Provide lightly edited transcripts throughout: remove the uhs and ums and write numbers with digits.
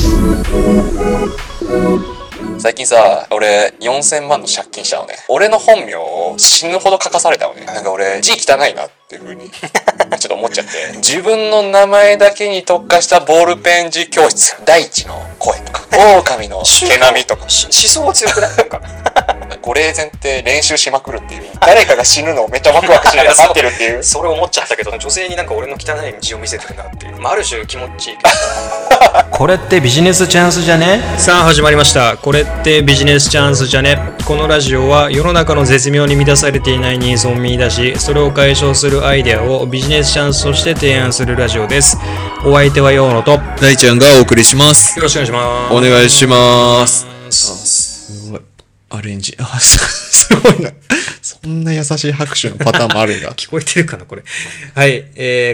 最近さ、俺4000万の借金したのね。俺の本名を死ぬほど書かされたのね。なんか俺字汚いなっていう風にちょっと思っちゃって、自分の名前だけに特化したボールペン字教室、大地の声とか狼の毛並みとか思想強くないなんかご霊前って練習しまくるっていう、誰かが死ぬのをめっちゃワクワクしながら待ってるっていうそれ思っちゃったけど、女性になんか俺の汚い字を見せてるなっていう、ある種気持ちいいけどこれってビジネスチャンスじゃね？ さあ始まりました。これってビジネスチャンスじゃね？このラジオは世の中の絶妙に満たされていないニーズを見出し、それを解消するアイデアをビジネスチャンスとして提案するラジオです。お相手はヨーノと大ちゃんがお送りします。 よろしくお願いします。 お願いします。すごいアレンジ、すごいな。そんな優しい拍手のパターンもあるんだ。 聞こえてるかなこれ。はい、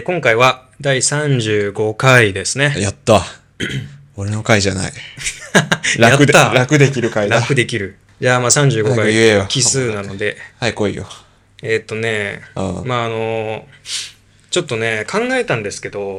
今回は第35回ですね。 やった。俺の回じゃない。楽できる回だ。 楽できる。じゃあまあ35回奇数なので。 はい、来いよ。 まあちょっとね考えたんですけど、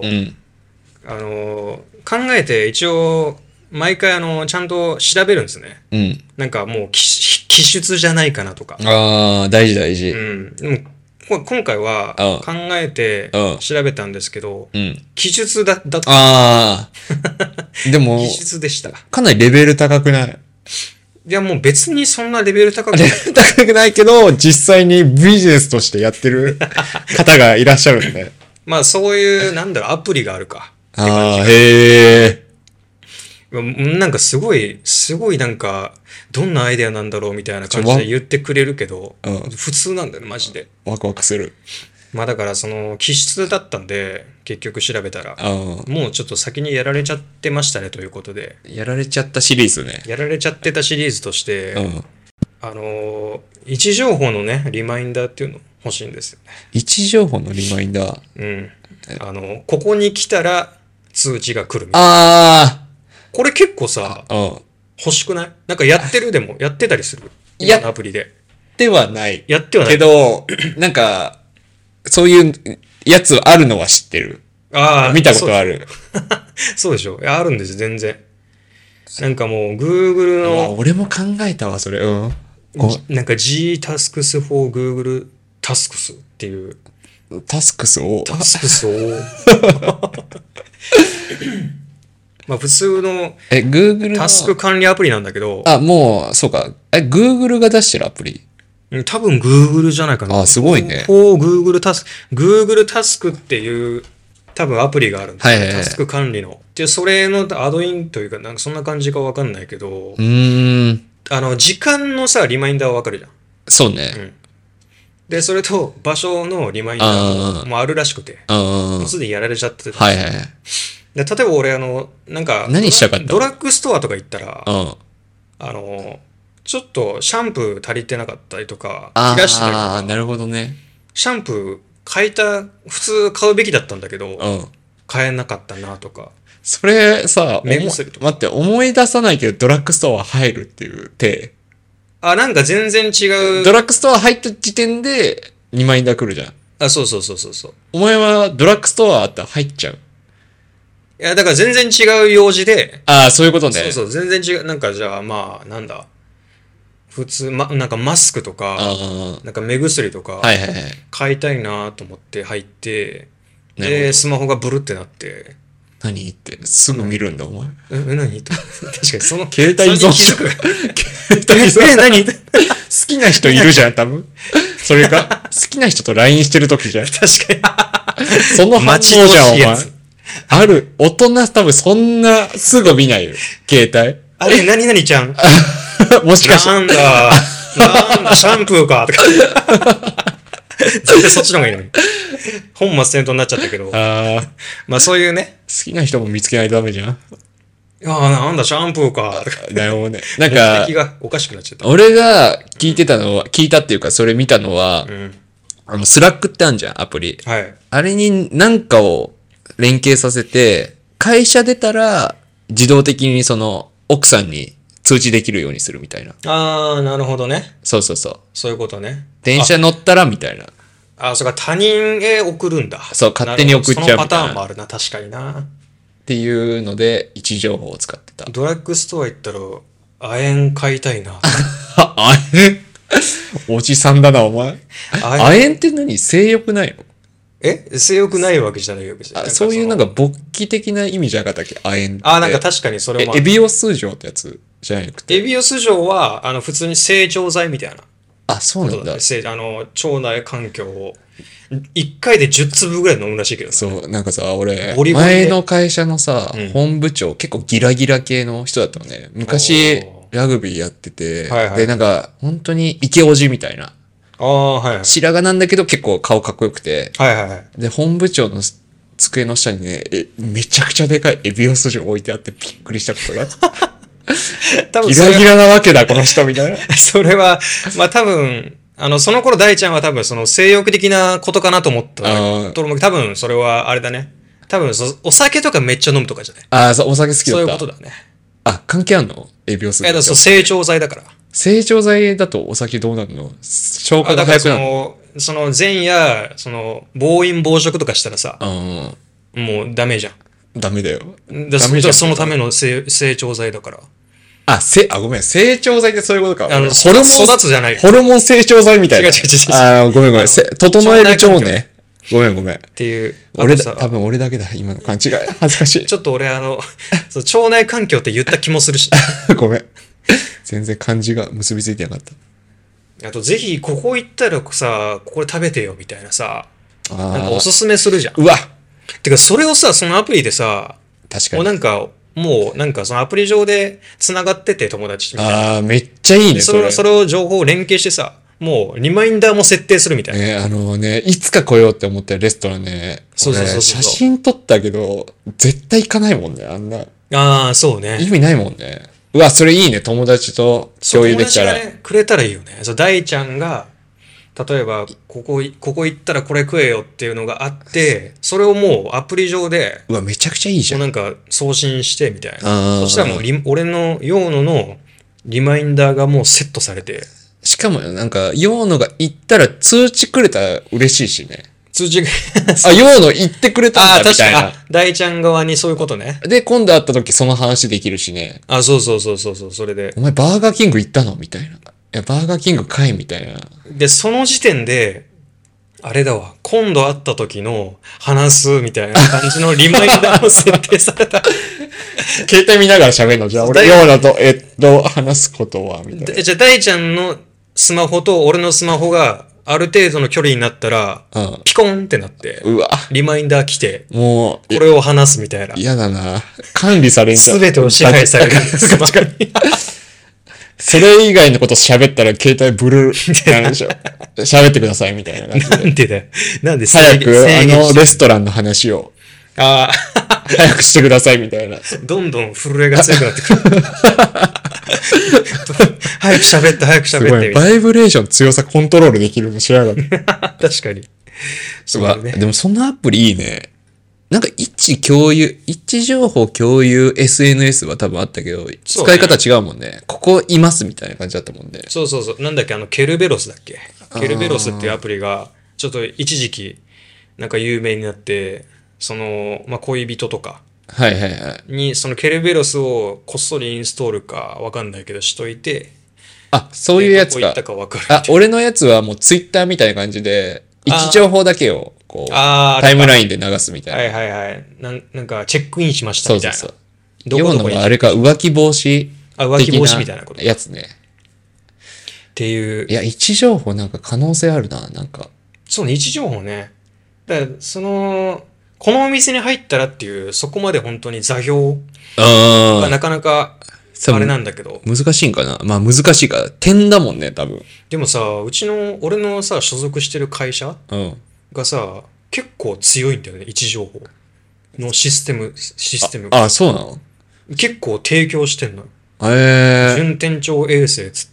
考えて一応毎回ちゃんと調べるんですね。なんかもう記述じゃないかなとか。 ああ、大事。 でも今回は考えて調べたんですけど、記述だった。 ああ。でも、 記述でした。 かなりレベル高くない？ いやもう別にそんなレベル高くない。 レベル高くないけど、実際にビジネスとしてやってる方がいらっしゃるんで。 まあそういう、アプリがあるか。 ああ、へえ。 なんかすごいなんか、どんなアイデアなんだろうみたいな感じで言ってくれるけど、普通なんだよね、マジで。 ワクワクする。 まあだから気質だったんで、結局調べたら、もうちょっと先にやられちゃってましたねということで。 やられちゃったシリーズね。 やられちゃってたシリーズとして、位置情報のね、リマインダーっていうの欲しいんですよね。 位置情報のリマインダー？ ここに来たら通知が来るみたいな。 ああ。 これ結構さ、欲しくない？なんかやってたりする？今のアプリで。 やってはない。けやってはない。 ど、なんか、そういうやつあるのは知ってる。見たことある。 そうでしょ。いや、あるんです、全然。なんかもう、Google の。 俺も考えたわ、それ。 なんか G Tasks for Google Tasks っていう。 タスクスを。 まあ普通の Google タスク管理アプリなんだけど。 もう、そうか。Google が出してるアプリ？ 多分 Google じゃないかな。 すごいね。 Google Task っていう多分アプリがあるんですよ。タスク管理の。で、それのアドインというか、なんかそんな感じかわかんないけど。時間のさ、リマインダーはわかるじゃん。 そうね。 で、それと場所のリマインダーもあるらしくて。もうすでにやられちゃってて。で、例えば俺なんか、 何したかった？ ドラッグストアとか行ったら、ちょっとシャンプー足りてなかったりとか、切らしたりとか。 なるほどね。 シャンプー普通買うべきだったんだけど、買えなかったなとか。 それさ、 待って、思い出さないけどドラッグストア入るっていう手。 なんか全然違う。 ドラッグストア入った時点でリマインダー来るじゃん。 そう。 お前はドラッグストアあったら入っちゃう？ いや、だから全然違う用事で。 そういうことね。 そう、全然違う。なんかじゃあまあ、なんだ。普通、なんかマスクとか、なんか目薬とか、買いたいなと思って入って、で、スマホがブルってなって。 何ってすぐ見るんだ、お前。 何確かにその、 携帯依存症。 何好きな人いるじゃん、多分。それか、好きな人と LINE してる時じゃん。 確かに。 その反応じゃん、お前。ある。大人多分そんなすぐ見ないよ。携帯。 あれ、何ちゃんもしかして。 なんだ、シャンプーか、とか。絶対そっちの方がいいのに。本末転倒になっちゃったけど。まあそういうね。 好きな人も見つけないとダメじゃん。 なんだ、シャンプーか、とか。 なるほどね。なんか、 目的がおかしくなっちゃった。 俺が聞いたっていうか、それ見たのは、スラックってあるじゃん、アプリ。あれになんかを連携させて、会社出たら、自動的に奥さんに通知できるようにするみたいな。 なるほどね。 そう。 そういうことね。 電車乗ったらみたいな。 そうか、他人へ送るんだ。 そう、勝手に送っちゃうみたいな。 そのパターンもあるな、確かにな。 っっていうので位置情報を使ってた。 ドラッグストア行ったら亜鉛買いたいな。 亜鉛おじさんだなお前。亜鉛って何？性欲ないの？ 性欲ないわけじゃないよ別に。 そういうなんか勃起的な意味じゃなかったっけ？亜鉛って。 なんか確かにそれも。 エビオス錠ってやつじゃなくて。 エビオス錠は普通に成長剤みたいな。 そうなんだ。 腸内環境を1回で10粒ぐらい飲むらしいけどね。 そう、なんかさ、俺、 ボリボリ前の会社のさ、本部長、結構ギラギラ系の人だったのね。昔、ラグビーやってて、で、なんか、本当にイケオジみたいな。白髪なんだけど結構顔かっこよくて。で、本部長の机の下にね、めちゃくちゃでかいエビオス錠置いてあってびっくりしたことがあった。ギラギラなわけだ、この人みたいな。 それは、まあ多分、その頃大ちゃんは多分その性欲的なことかなと思ったと思う。多分それはあれだね。多分お酒とかめっちゃ飲むとかじゃない？ そう、お酒好きだった。 そういうことだね。 関係あんの？エビオス。 そう、成長剤だから。 成長剤だとお酒どうなるの？消化が早くなるの？ その前夜、暴飲暴食とかしたらさ、もうダメじゃん。 ダメだよ。 そのための成長剤だから。 ごめん。成長剤ってそういうことか。 ホルモン育つじゃない。 ホルモン成長剤みたいな。 違う。 ごめん。整える腸ね。ごめん。 っていう。 多分俺だけだ、今の勘違い。恥ずかしい。 ちょっと俺腸内環境って言った気もするし。 ごめん。全然漢字が結びついてなかった。 あと、ぜひ、ここ行ったらさ、ここで食べてよ、みたいなさ。なんかおすすめするじゃん。 うわ！ てか、それをさ、そのアプリでさ、 確かに。 もうなんかそのアプリ上で繋がってて友達みたいな。 めっちゃいいね。 それを情報を連携してさ、もうリマインダーも設定するみたいな。 いつか来ようって思ったレストランね。そう。写真撮ったけど、絶対行かないもんね、あんな。 そうね。 意味ないもんね。うわ、それいいね、友達と共有できたら。 友達がね、くれたらいいよね。大ちゃんが、例えば、ここ行ったらこれ食えよっていうのがあって、それをもうアプリ上で、 うわ、めちゃくちゃいいじゃん。 もうなんか送信してみたいな。そしたらもう俺の用のリマインダーがもうセットされて。 しかもなんか、用のが行ったら通知くれたら嬉しいしね。 通知が用の行ってくれたんだみたいな。 確かに。大ちゃん側にそういうことね。 で、今度会った時その話できるしね。 そう、それで。 お前バーガーキング行ったのみたいな。バーガーキングかいみたいな。 で、その時点で、あれだわ、今度会った時の話すみたいな感じのリマインダーも設定された。 携帯見ながら喋るのじゃあ、俺、用のと、話すことはみたいな。 じゃあ、大ちゃんのスマホと俺のスマホがある程度の距離になったら、ピコンってなって、 うわ。 リマインダー来て、 もう、 これを話すみたいな。 嫌だな。管理されんじゃん。 すべてを支配される。 確かに。それ以外のこと喋ったら携帯ブルーなんでしょ。喋ってくださいみたいな感じで。 なんでだよ。なんで早くレストランの話を。早くしてくださいみたいな。 どんどん震えが強くなってくる。早く喋って。 すごい。バイブレーション強さコントロールできるの知らなかった。 確かに。 そうね。でもそんなアプリいいね。なんか位置情報共有 SNS は多分あったけど、使い方違うもんね。ここいますみたいな感じだったもんね。 そう。なんだっけ、ケルベロスだっけ。ケルベロスっていうアプリが、ちょっと一時期、なんか有名になって、恋人とか。に、そのケルベロスをこっそりインストールかわかんないけどしといて。 そういうやつか。 どこ行ったかわかる。 俺のやつはもうツイッターみたいな感じで、位置情報だけを、タイムラインで流すみたいな。なんか、チェックインしましたみたいな。 そう。用のあれか、浮気防止浮気防止みたいなこと。 やつね。 っていう。 いや、位置情報なんか可能性あるな、なんか。 そうね、位置情報ね。だから、このお店に入ったらっていう、そこまで本当に座標がなかなか、あれなんだけど。 難しいんかな。まあ難しいから、点だもんね、多分。 でもさ、俺のさ、所属してる会社がさ、結構強いんだよね、位置情報のシステムが。 そうなの？ 結構提供してんの。順天町衛星っつって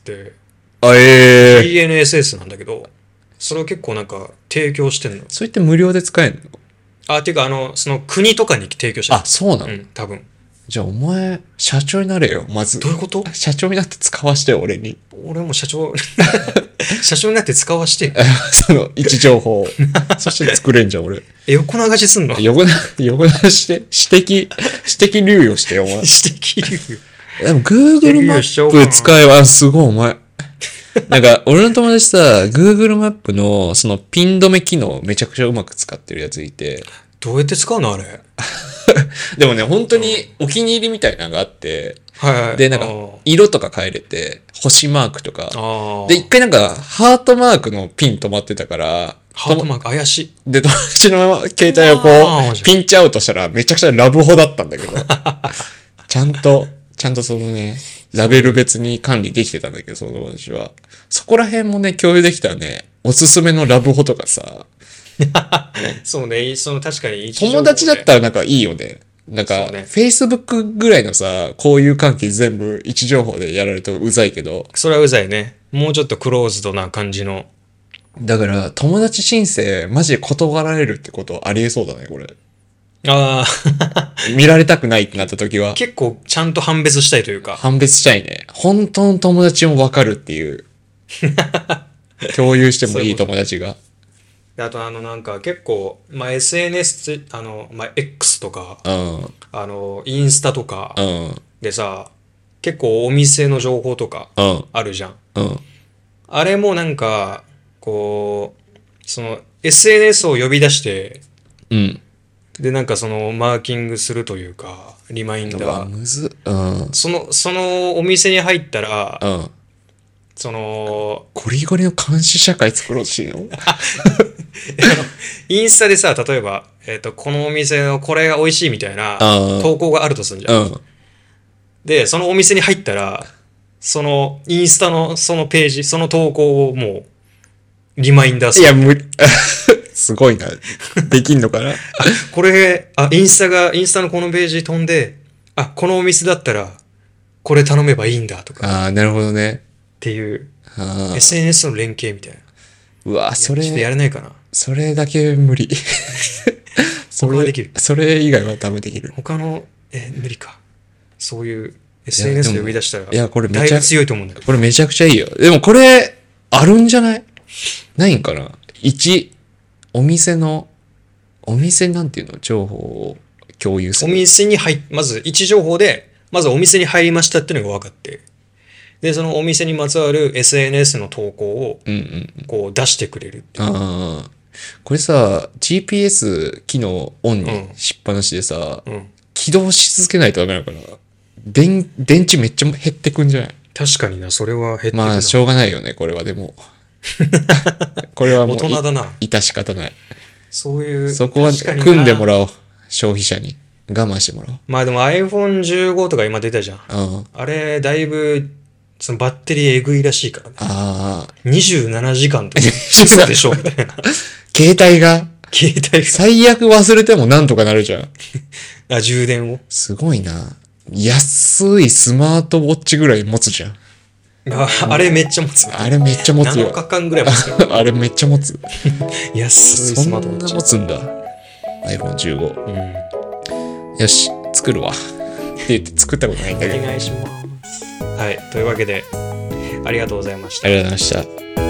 、DNSS なんだけど、それを結構なんか提供してんの。 それって無料で使えんの？ っていうかその国とかに提供してる。 そうなの？ 多分。 じゃあお前、社長になれよ、まず。 どういうこと？ 社長になって使わしてよ、俺に。 俺も社長になって使わしてよ。 その位置情報を。そして作れんじゃん、俺。 横流しすんの？ 横流しして、指摘流用してよ、お前。 指摘流用。 でも Google マップ使えば、すごいお前。なんか、俺の友達さ、Google マップのそのピン止め機能めちゃくちゃうまく使ってるやついて。 どうやって使うのあれ？ でもね、本当にお気に入りみたいなのがあって、 はいはい。 で、なんか、色とか変えれて、星マークとか。 あで、一回なんか、ハートマークのピン止まってたから、 ハートマーク怪しい。 で、友達の携帯をこう、ピンチアウトしたらめちゃくちゃラブホだったんだけど、ちゃんとそのね、ラベル別に管理できてたんだけど、その友達は。そこら辺もね、共有できたらね、おすすめのラブホとかさ、 そうね、確かに友達だったらなんかいいよね。なんか、 そうね Facebook ぐらいのさ、交友関係全部位置情報でやられるとうざいけど。 それはうざいね。もうちょっとクローズドな感じの。 だから、友達申請、マジで断られるってことありえそうだね、これ。 ああ。 見られたくないってなった時は。 結構ちゃんと判別したいというか。 判別したいね。本当の友達もわかるっていう。共有してもいい友達が。 あとなんか結構、まあ、SNS、まあ、X とか、 うん。 インスタとかうん。 でさ、結構お店の情報とかうん。 あるじゃん。 うん。 あれもなんか、こう、SNS を呼び出して、 うん。 で、なんかマーキングするというか、リマインうわ、 ダー。 むず。うん。 そのお店に入ったら、 うん。ゴリゴリの監視社会作ろうとしてるのインスタでさ、例えば、このお店のこれが美味しいみたいなうん投稿があるとするんじゃん。 うん。 で、そのお店に入ったら、そのインスタのそのページ、その投稿をもう、リマインダーする。 いや、無理。すごいな。できんのかなこれ、インスタのこのページ飛んで、このお店だったら、これ頼めばいいんだとか、っああ、なるほどね。 ていう、 あ SNS の連携みたいな。 うわ、そちょっとやれ、 れないかな。 それだけ無理。 他はできる。 それ以外は多分できる。 他の、無理か。そういう SNS で呼び出したら、 いやこれめちゃだいぶ強いと思うんだけど。 これめちゃくちゃいいよ。でもこれ、あるんじゃないんかな ?1、お店なんていうの情報を共有すおる。 店にまず位置情報で、まずお店に入りましたっていうのが分かって、で、そのお店にまつわる SNS の投稿を、 うんうん。 こう出してくれるっていう。 ああ。これさ、GPS 機能オンにしっぱなしでさ、 うん。 起動し続けないとダメなのかな電池めっちゃ減ってくんじゃない確かにな、それは減ってるな。 まあ、しょうがないよね、これはでも。これはもう大人だな。 致し方ない。 そういう。 そこは確かにな組んでもらおう。消費者に。我慢してもらまあでも iPhone15 とか今出たじゃん。 おう。うん。 あれ、だいぶ、そのバッテリーえぐいらしいからね。 ああ。 27時間とか、嘘でしょみたいな。 携帯が、 携帯最悪忘れてもなんとかなるじゃん。 が、充電を。 すごいな。安いスマートウォッチぐらい持つじゃん。 あれめっちゃ持つ。 あれめっちゃ持つよ。 7日間ぐらい持つから。 あれめっちゃ持つ。 安いそんなスマートウォッチ。 持つんだ。iPhone15。 うん。 よし、作るわ。って言って作ったことないんだけど。 お願いします。はい。というわけで、ありがとうございましたあ。りがとうございました。